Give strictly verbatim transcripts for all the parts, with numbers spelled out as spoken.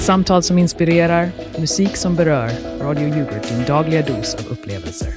Samtal som inspirerar, musik som berör. Radio Yoghurt, din dagliga dos av upplevelser.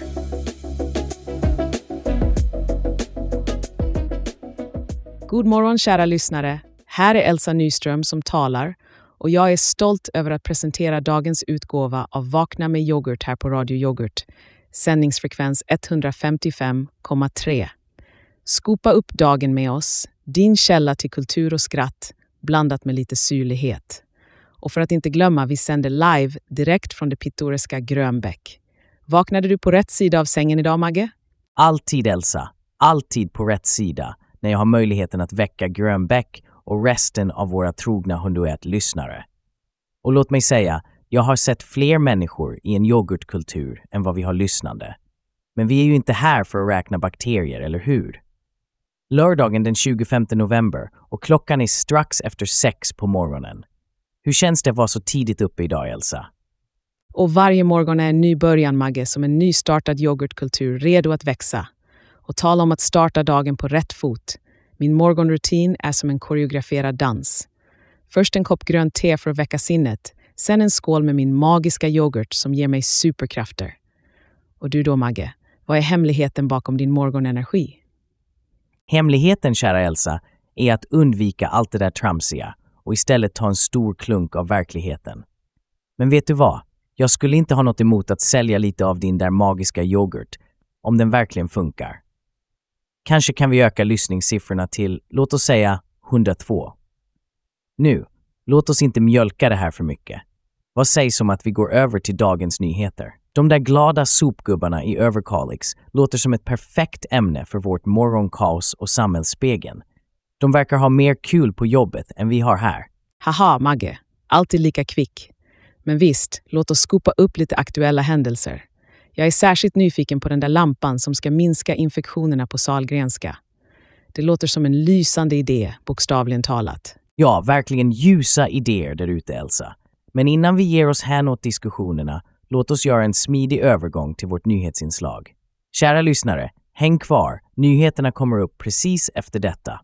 God morgon kära lyssnare. Här är Elsa Nyström som talar och jag är stolt över att presentera dagens utgåva av Vakna med yoghurt här på Radio Yoghurt. Sändningsfrekvens etthundrafemtiofem komma tre. Skopa upp dagen med oss, din källa till kultur och skratt, blandat med lite syrlighet. Och för att inte glömma, vi sänder live direkt från det pittoreska Grönbäck. Vaknade du på rätt sida av sängen idag, Magge? Alltid, Elsa. Alltid på rätt sida när jag har möjligheten att väcka Grönbäck och resten av våra trogna hunduett-lyssnare. Och låt mig säga, jag har sett fler människor i en yoghurtkultur än vad vi har lyssnande. Men vi är ju inte här för att räkna bakterier, eller hur? Lördagen den tjugofemte november och klockan är strax efter sex på morgonen. Hur känns det att vara så tidigt uppe idag, Elsa? Och varje morgon är en ny början, Magge, som en nystartad yoghurtkultur redo att växa. Och tala om att starta dagen på rätt fot. Min morgonrutin är som en koreograferad dans. Först en kopp grönt te för att väcka sinnet. Sen en skål med min magiska yoghurt som ger mig superkrafter. Och du då, Magge, vad är hemligheten bakom din morgonenergi? Hemligheten, kära Elsa, är att undvika allt det där tramsiga och istället ta en stor klunk av verkligheten. Men vet du vad? Jag skulle inte ha något emot att sälja lite av din där magiska yoghurt om den verkligen funkar. Kanske kan vi öka lyssningssiffrorna till, låt oss säga, hundratvå. Nu, låt oss inte mjölka det här för mycket. Vad sägs om att vi går över till dagens nyheter? De där glada sopgubbarna i Överkalix låter som ett perfekt ämne för vårt morgonkaos och samhällsspegeln. De verkar ha mer kul på jobbet än vi har här. Haha, Magge. Alltid lika kvick. Men visst, låt oss skopa upp lite aktuella händelser. Jag är särskilt nyfiken på den där lampan som ska minska infektionerna på Sahlgrenska. Det låter som en lysande idé, bokstavligen talat. Ja, verkligen ljusa idéer där ute, Elsa. Men innan vi ger oss hän åt diskussionerna, låt oss göra en smidig övergång till vårt nyhetsinslag. Kära lyssnare, häng kvar. Nyheterna kommer upp precis efter detta.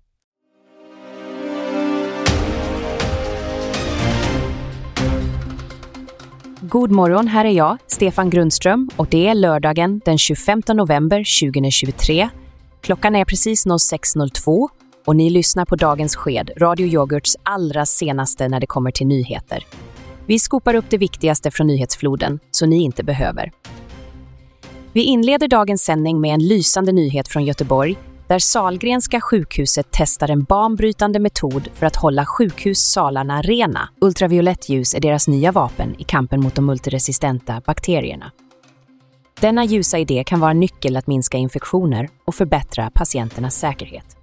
God morgon, här är jag, Stefan Grundström, och det är lördagen den tjugofemte november tjugohundratjugotre. Klockan är precis sex noll två och ni lyssnar på dagens sked, Radio Yoghurts allra senaste när det kommer till nyheter. Vi skopar upp det viktigaste från nyhetsfloden, så ni inte behöver. Vi inleder dagens sändning med en lysande nyhet från Göteborg, där Sahlgrenska sjukhuset testar en banbrytande metod för att hålla sjukhussalarna rena. Ultraviolett ljus är deras nya vapen i kampen mot de multiresistenta bakterierna. Denna ljusa idé kan vara en nyckel att minska infektioner och förbättra patienternas säkerhet.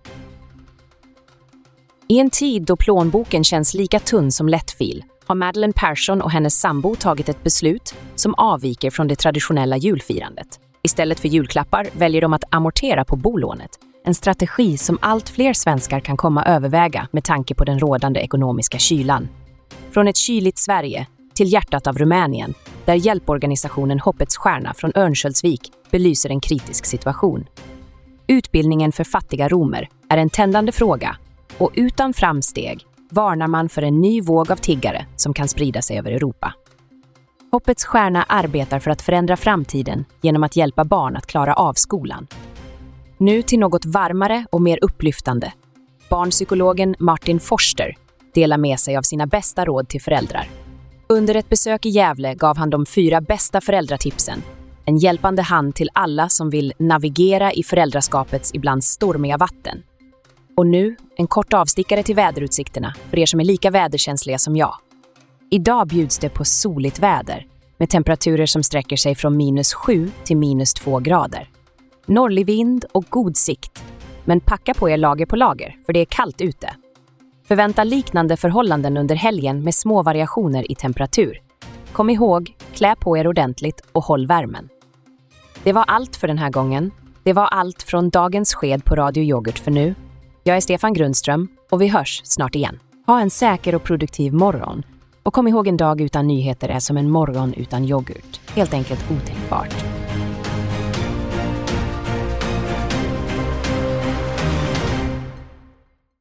I en tid då plånboken känns lika tunn som lättfil har Madeleine Persson och hennes sambo tagit ett beslut som avviker från det traditionella julfirandet. Istället för julklappar väljer de att amortera på bolånet. En strategi som allt fler svenskar kan komma överväga med tanke på den rådande ekonomiska kylan. Från ett kyligt Sverige till hjärtat av Rumänien, där hjälporganisationen Hoppets Stjärna från Örnsköldsvik belyser en kritisk situation. Utbildningen för fattiga romer är en tändande fråga och utan framsteg varnar man för en ny våg av tiggare som kan sprida sig över Europa. Hoppets Stjärna arbetar för att förändra framtiden genom att hjälpa barn att klara av skolan. Nu till något varmare och mer upplyftande. Barnpsykologen Martin Forster delar med sig av sina bästa råd till föräldrar. Under ett besök i Gävle gav han de fyra bästa föräldratipsen. En hjälpande hand till alla som vill navigera i föräldraskapets ibland stormiga vatten. Och nu en kort avstickare till väderutsikterna för er som är lika väderkänsliga som jag. Idag bjuds det på soligt väder med temperaturer som sträcker sig från minus sju till minus två grader. Norrlig vind och god sikt. Men packa på er lager på lager, för det är kallt ute. Förvänta liknande förhållanden under helgen med små variationer i temperatur. Kom ihåg, klä på er ordentligt och håll värmen. Det var allt för den här gången. Det var allt från dagens sked på Radio Yoghurt för nu. Jag är Stefan Grundström och vi hörs snart igen. Ha en säker och produktiv morgon. Och kom ihåg, en dag utan nyheter är som en morgon utan yoghurt. Helt enkelt otänkbart.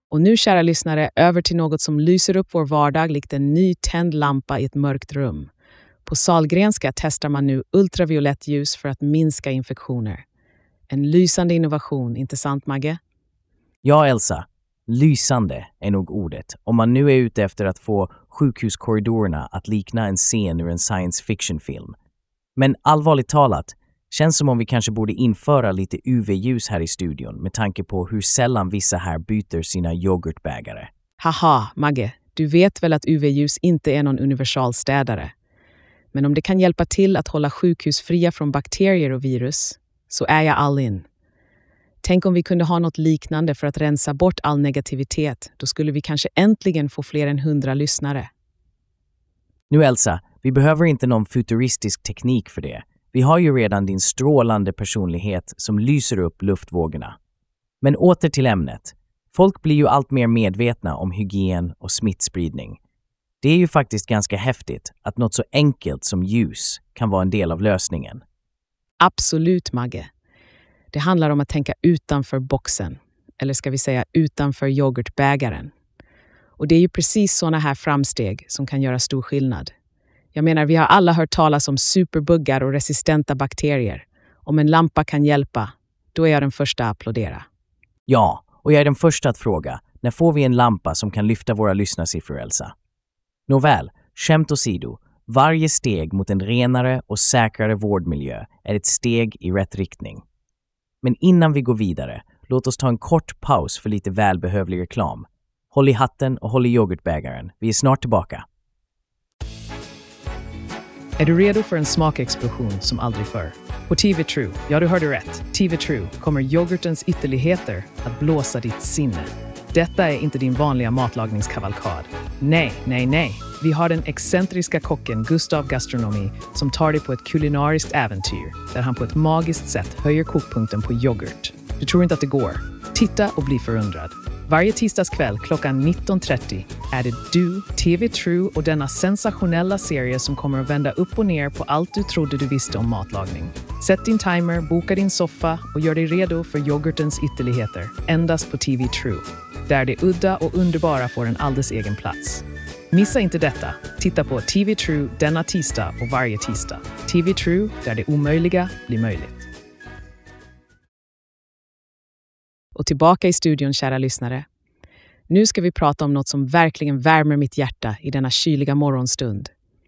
Och nu, kära lyssnare, över till något som lyser upp vår vardag likt en ny tänd lampa i ett mörkt rum. På Sahlgrenska testar man nu ultraviolett ljus för att minska infektioner. En lysande innovation, inte sant, Magge? Ja, Elsa. Lysande är nog ordet. Om man nu är ute efter att få sjukhuskorridorerna att likna en scen ur en science fiction-film. Men allvarligt talat, känns som om vi kanske borde införa lite U V-ljus här i studion med tanke på hur sällan vissa här byter sina yoghurtbägare. Haha, Magge, du vet väl att U V-ljus inte är någon universalstädare. Men om det kan hjälpa till att hålla sjukhus fria från bakterier och virus, så är jag all in. Tänk om vi kunde ha något liknande för att rensa bort all negativitet. Då skulle vi kanske äntligen få fler än hundra lyssnare. Nu Elsa, vi behöver inte någon futuristisk teknik för det. Vi har ju redan din strålande personlighet som lyser upp luftvågorna. Men åter till ämnet. Folk blir ju allt mer medvetna om hygien och smittspridning. Det är ju faktiskt ganska häftigt att något så enkelt som ljus kan vara en del av lösningen. Absolut, Magge. Det handlar om att tänka utanför boxen. Eller ska vi säga utanför yoghurtbägaren. Och det är ju precis sådana här framsteg som kan göra stor skillnad. Jag menar, vi har alla hört talas om superbuggar och resistenta bakterier. Om en lampa kan hjälpa, då är jag den första att applådera. Ja, och jag är den första att fråga, när får vi en lampa som kan lyfta våra lyssnarsiffror, Elsa? Nåväl, skämt åsido, varje steg mot en renare och säkrare vårdmiljö är ett steg i rätt riktning. Men innan vi går vidare, låt oss ta en kort paus för lite välbehövlig reklam. Håll i hatten och håll i yoghurtbägaren. Vi är snart tillbaka. Är du redo för en smakexplosion som aldrig förr? På T V True, ja du hörde rätt, T V True kommer yoghurtens ytterligheter att blåsa ditt sinne. Detta är inte din vanliga matlagningskavalkad. Nej, nej, nej. Vi har den excentriska kocken Gustav Gastronomi som tar dig på ett kulinariskt äventyr där han på ett magiskt sätt höjer kokpunkten på yoghurt. Du tror inte att det går? Titta och bli förundrad. Varje tisdagskväll klockan nitton trettio är det du, T V True och denna sensationella serie som kommer att vända upp och ner på allt du trodde du visste om matlagning. Sätt din timer, boka din soffa och gör dig redo för yoghurtens ytterligheter. Endast på T V True. Där det udda och underbara får en alldeles egen plats. Missa inte detta. Titta på T V True denna tisdag och varje tisdag. T V True, där det omöjliga blir möjligt. Och tillbaka i studion, kära lyssnare. Nu ska vi prata om något som verkligen värmer mitt hjärta i denna kyliga morgonstund.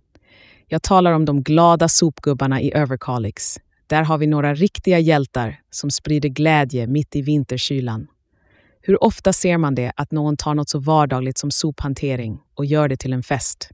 Jag talar om de glada sopgubbarna i Överkalix. Där har vi några riktiga hjältar som sprider glädje mitt i vinterkylan. Hur ofta ser man det att någon tar något så vardagligt som sophantering och gör det till en fest?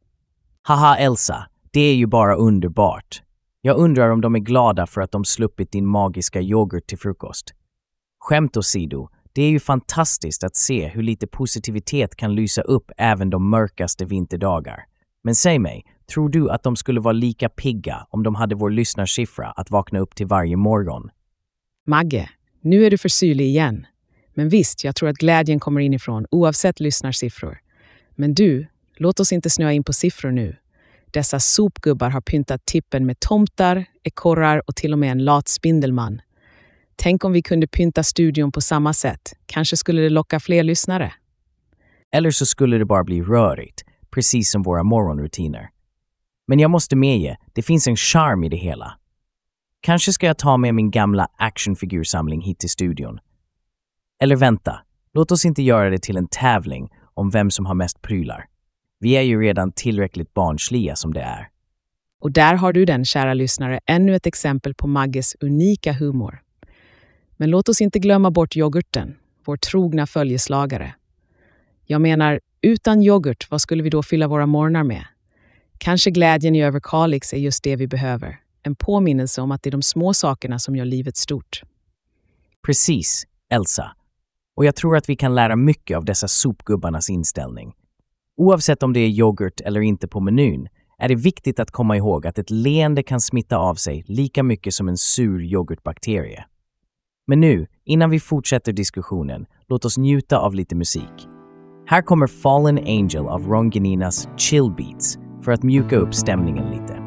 Haha Elsa, det är ju bara underbart. Jag undrar om de är glada för att de sluppit din magiska yoghurt till frukost. Skämt åsido, det är ju fantastiskt att se hur lite positivitet kan lysa upp även de mörkaste vinterdagar. Men säg mig, tror du att de skulle vara lika pigga om de hade vår lyssnarsiffra att vakna upp till varje morgon? Magge, nu är du för syrlig igen. Men visst, jag tror att glädjen kommer inifrån oavsett lyssnarsiffror. Men du, låt oss inte snöa in på siffror nu. Dessa sopgubbar har pyntat tippen med tomtar, ekorrar och till och med en lat spindelman. Tänk om vi kunde pynta studion på samma sätt. Kanske skulle det locka fler lyssnare. Eller så skulle det bara bli rörigt, precis som våra morgonrutiner. Men jag måste medge, det finns en charm i det hela. Kanske ska jag ta med min gamla actionfigursamling hit till studion. Eller vänta, låt oss inte göra det till en tävling om vem som har mest prylar. Vi är ju redan tillräckligt barnsliga som det är. Och där har du den, kära lyssnare, ännu ett exempel på Magges unika humor. Men låt oss inte glömma bort yoghurten, vår trogna följeslagare. Jag menar, utan yoghurt, vad skulle vi då fylla våra morgnar med? Kanske glädjen i Överkalix är just det vi behöver. En påminnelse om att det är de små sakerna som gör livet stort. Precis, Elsa. Och jag tror att vi kan lära mycket av dessa sopgubbarnas inställning. Oavsett om det är yoghurt eller inte på menyn är det viktigt att komma ihåg att ett leende kan smitta av sig lika mycket som en sur yoghurtbakterie. Men nu, innan vi fortsätter diskussionen, låt oss njuta av lite musik. Här kommer Fallen Angel av Rongininas Chill Beats för att mjuka upp stämningen lite.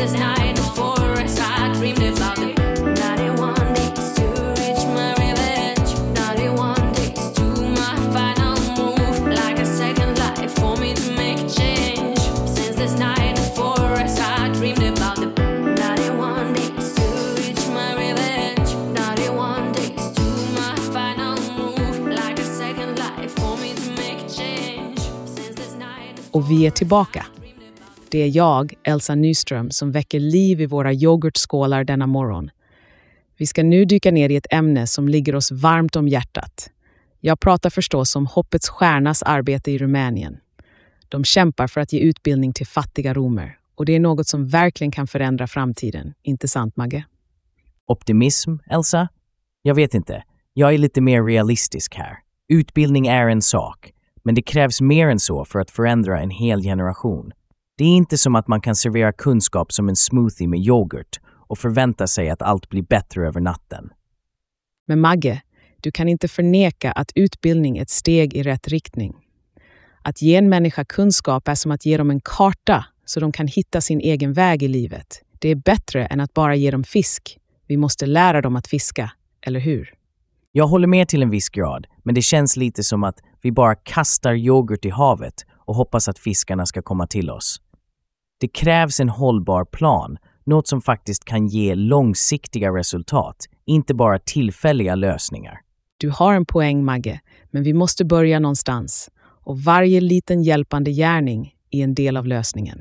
this night in the forest I dreamed about it. ninety-one days to reach my revenge. ninety-one days to my final move. Like a second life for me to make a change. Since this night in the forest I dreamed about it. ninety-one days to reach my revenge. ninety-one days to my final move. Like a second life for me to make a change. Since this night. Och vi är tillbaka. Det är jag, Elsa Nyström, som väcker liv i våra yoghurtskålar denna morgon. Vi ska nu dyka ner i ett ämne som ligger oss varmt om hjärtat. Jag pratar förstås om Hoppets Stjärnas arbete i Rumänien. De kämpar för att ge utbildning till fattiga romer. Och det är något som verkligen kan förändra framtiden. Inte sant, Magge? Optimism, Elsa? Jag vet inte. Jag är lite mer realistisk här. Utbildning är en sak, men det krävs mer än så för att förändra en hel generation. Det är inte som att man kan servera kunskap som en smoothie med yoghurt och förvänta sig att allt blir bättre över natten. Men Magge, du kan inte förneka att utbildning är ett steg i rätt riktning. Att ge en människa kunskap är som att ge dem en karta så de kan hitta sin egen väg i livet. Det är bättre än att bara ge dem fisk. Vi måste lära dem att fiska, eller hur? Jag håller med till en viss grad, men det känns lite som att vi bara kastar yoghurt i havet och hoppas att fiskarna ska komma till oss. Det krävs en hållbar plan, något som faktiskt kan ge långsiktiga resultat, inte bara tillfälliga lösningar. Du har en poäng, Magge, men vi måste börja någonstans. Och varje liten hjälpande gärning är en del av lösningen.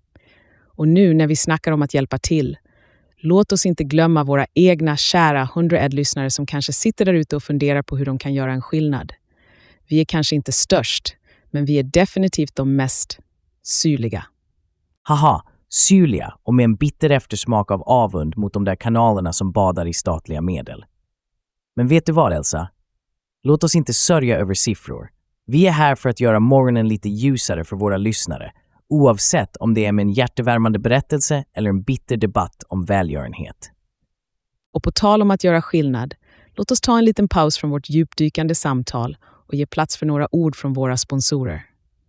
Och nu när vi snackar om att hjälpa till, låt oss inte glömma våra egna kära hundra-ed-lyssnare som kanske sitter där ute och funderar på hur de kan göra en skillnad. Vi är kanske inte störst, men vi är definitivt de mest syrliga. Haha, syrliga och med en bitter eftersmak av avund mot de där kanalerna som badar i statliga medel. Men vet du vad, Elsa? Låt oss inte sörja över siffror. Vi är här för att göra morgonen lite ljusare för våra lyssnare, oavsett om det är med en hjärtevärmande berättelse eller en bitter debatt om välgörenhet. Och på tal om att göra skillnad, låt oss ta en liten paus från vårt djupdykande samtal och ge plats för några ord från våra sponsorer.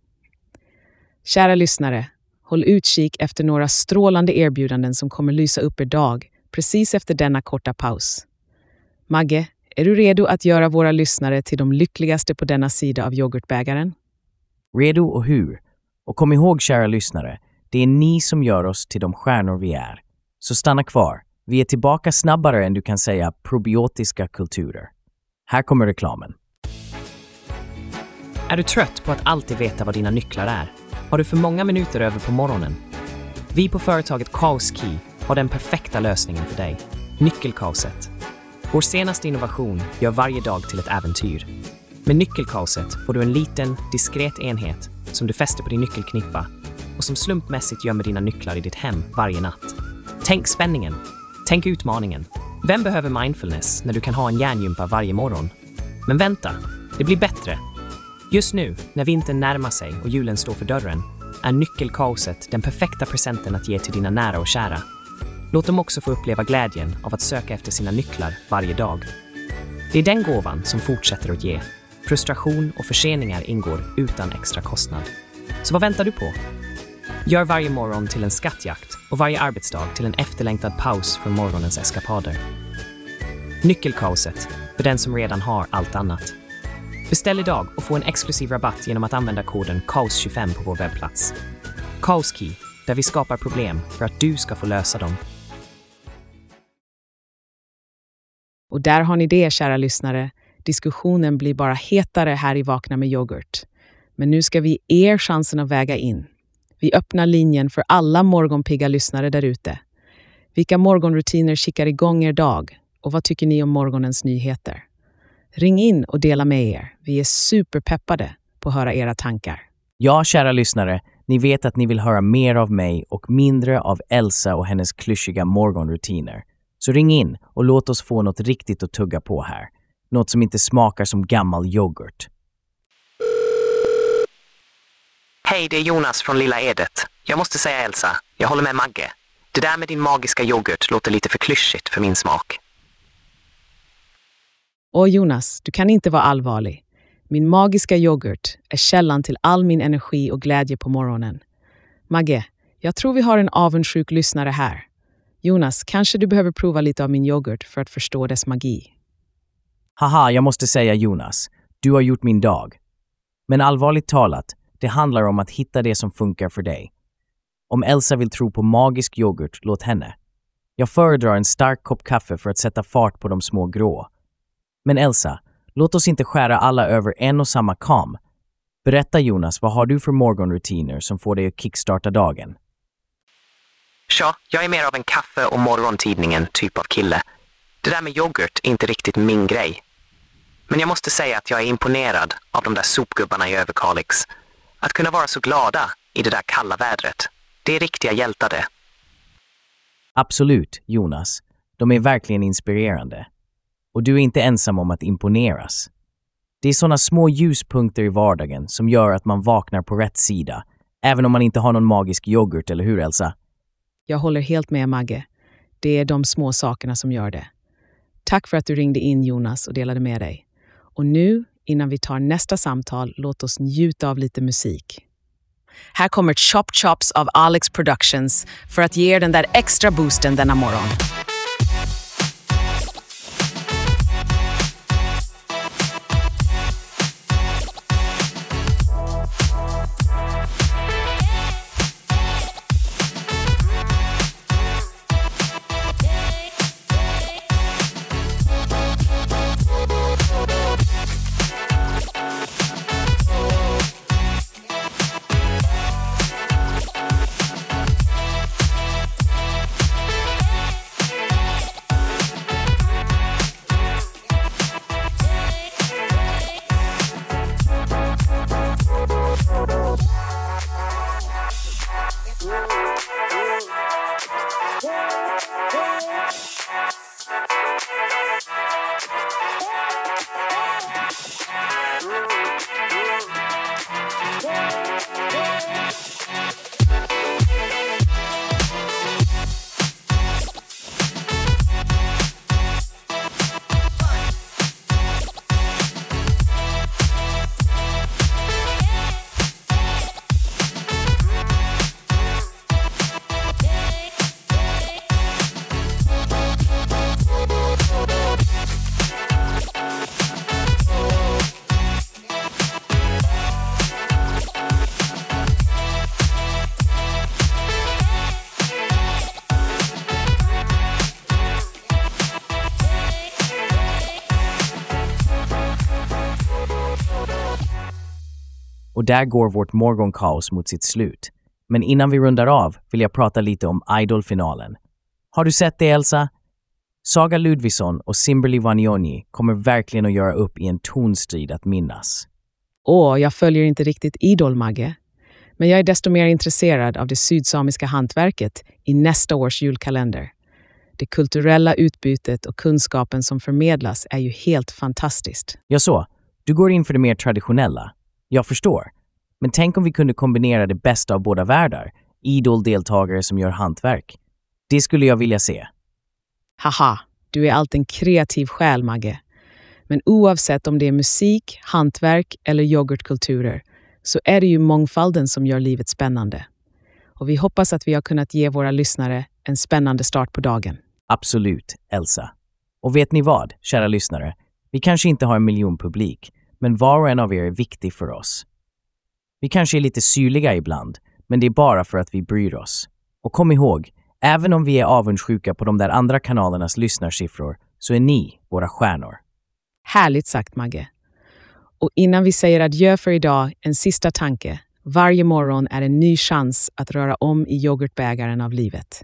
Kära lyssnare, håll utkik efter några strålande erbjudanden som kommer lysa upp er dag precis efter denna korta paus. Magge, är du redo att göra våra lyssnare till de lyckligaste på denna sida av yoghurtbägaren? Redo och hur? Och kom ihåg, kära lyssnare, det är ni som gör oss till de stjärnor vi är. Så stanna kvar. Vi är tillbaka snabbare än du kan säga probiotiska kulturer. Här kommer reklamen. Är du trött på att alltid veta vad dina nycklar är? Har du för många minuter över på morgonen? Vi på företaget Chaos Key har den perfekta lösningen för dig. Nyckelkaoset. Vår senaste innovation gör varje dag till ett äventyr. Med nyckelkaoset får du en liten, diskret enhet som du fäster på din nyckelknippa och som slumpmässigt gömmer dina nycklar i ditt hem varje natt. Tänk spänningen. Tänk utmaningen. Vem behöver mindfulness när du kan ha en hjärngympa varje morgon? Men vänta, det blir bättre. Just nu, när vintern närmar sig och julen står för dörren, är nyckelkaoset den perfekta presenten att ge till dina nära och kära. Låt dem också få uppleva glädjen av att söka efter sina nycklar varje dag. Det är den gåvan som fortsätter att ge. Frustration och förseningar ingår utan extra kostnad. Så vad väntar du på? Gör varje morgon till en skattjakt och varje arbetsdag till en efterlängtad paus från morgonens eskapader. Nyckelkaoset, för den som redan har allt annat. Beställ idag och få en exklusiv rabatt genom att använda koden kaos tjugofem på vår webbplats. Chaos Key, där vi skapar problem för att du ska få lösa dem. Och där har ni det, kära lyssnare. Diskussionen blir bara hetare här i Vakna med yoghurt. Men nu ska vi er chansen att väga in. Vi öppnar linjen för alla morgonpigga lyssnare där ute. Vilka morgonrutiner kickar igång er dag? Och vad tycker ni om morgonens nyheter? Ring in och dela med er. Vi är superpeppade på att höra era tankar. Ja, kära lyssnare, ni vet att ni vill höra mer av mig och mindre av Elsa och hennes klyschiga morgonrutiner. Så ring in och låt oss få något riktigt att tugga på här. Något som inte smakar som gammal yoghurt. Hej, det är Jonas från Lilla Edet. Jag måste säga, Elsa, jag håller med Magge. Det där med din magiska yoghurt låter lite för klyschigt för min smak. Och Jonas, du kan inte vara allvarlig. Min magiska yoghurt är källan till all min energi och glädje på morgonen. Magge, Jag tror vi har en avundsjuk lyssnare här. Jonas, kanske du behöver prova lite av min yoghurt för att förstå dess magi. Haha, jag måste säga Jonas, du har gjort min dag. Men allvarligt talat, det handlar om att hitta det som funkar för dig. Om Elsa vill tro på magisk yoghurt, låt henne. Jag föredrar en stark kopp kaffe för att sätta fart på de små grå. Men Elsa, låt oss inte skära alla över en och samma kam. Berätta Jonas, vad har du för morgonrutiner som får dig att kickstarta dagen? Tja, jag är mer av en kaffe- och morgontidningen typ av kille. Det där med yoghurt är inte riktigt min grej. Men jag måste säga att jag är imponerad av de där sopgubbarna i Överkalix. Att kunna vara så glada i det där kalla vädret. Det är riktiga hjältar det. Absolut, Jonas. De är verkligen inspirerande. Och du är inte ensam om att imponeras. Det är sådana små ljuspunkter i vardagen som gör att man vaknar på rätt sida. Även om man inte har någon magisk yoghurt, eller hur Elsa? Jag håller helt med Magge. Det är de små sakerna som gör det. Tack för att du ringde in Jonas och delade med dig. Och nu, innan vi tar nästa samtal, låt oss njuta av lite musik. Här kommer Chop Chops av Alex Productions för att ge er den där extra boosten denna morgon. Och där går vårt morgonkaos mot sitt slut. Men innan vi rundar av vill jag prata lite om Idol-finalen. Har du sett det, Elsa? Saga Ludvigsson och Simberly Wanyonyi kommer verkligen att göra upp i en tonstrid att minnas. Åh, jag följer inte riktigt Idol, Magge. Men jag är desto mer intresserad av det sydsamiska hantverket i nästa års julkalender. Det kulturella utbytet och kunskapen som förmedlas är ju helt fantastiskt. Jag så, du går in för det mer traditionella. Jag förstår. Men tänk om vi kunde kombinera det bästa av båda världar. Idol-deltagare som gör hantverk. Det skulle jag vilja se. Haha, du är allt en kreativ själ, Magge. Men oavsett om det är musik, hantverk eller yoghurtkulturer så är det ju mångfalden som gör livet spännande. Och vi hoppas att vi har kunnat ge våra lyssnare en spännande start på dagen. Absolut, Elsa. Och vet ni vad, kära lyssnare? Vi kanske inte har en miljon publik, men var och en av er är viktig för oss. Vi kanske är lite syrliga ibland, men det är bara för att vi bryr oss. Och kom ihåg, även om vi är avundsjuka på de där andra kanalernas lyssnarsiffror så är ni våra stjärnor. Härligt sagt, Magge. Och innan vi säger adjö för idag, en sista tanke. Varje morgon är en ny chans att röra om i yoghurtbägaren av livet.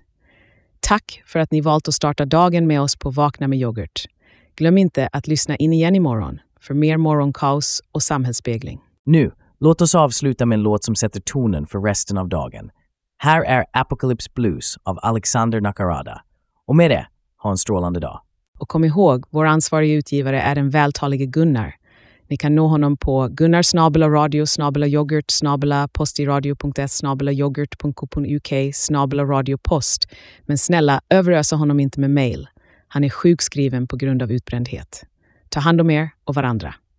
Tack för att ni valt att starta dagen med oss på Vakna med yoghurt. Glöm inte att lyssna in igen imorgon för mer morgonkaos och samhällsspegling. Nu, låt oss avsluta med en låt som sätter tonen för resten av dagen. Här är Apocalypse Blues av Alexander Nakarada. Och med det, ha en strålande dag. Och kom ihåg, vår ansvariga utgivare är den vältalige Gunnar. Ni kan nå honom på gunnar snabel-a radio snabel-a yoghurt snabel-a postiradio punkt se snabel-a yoghurt punkt co punkt uk snabel-a radiopost. Men snälla, överösa honom inte med mail. Han är sjukskriven på grund av utbrändhet. Ta hand om er och varandra.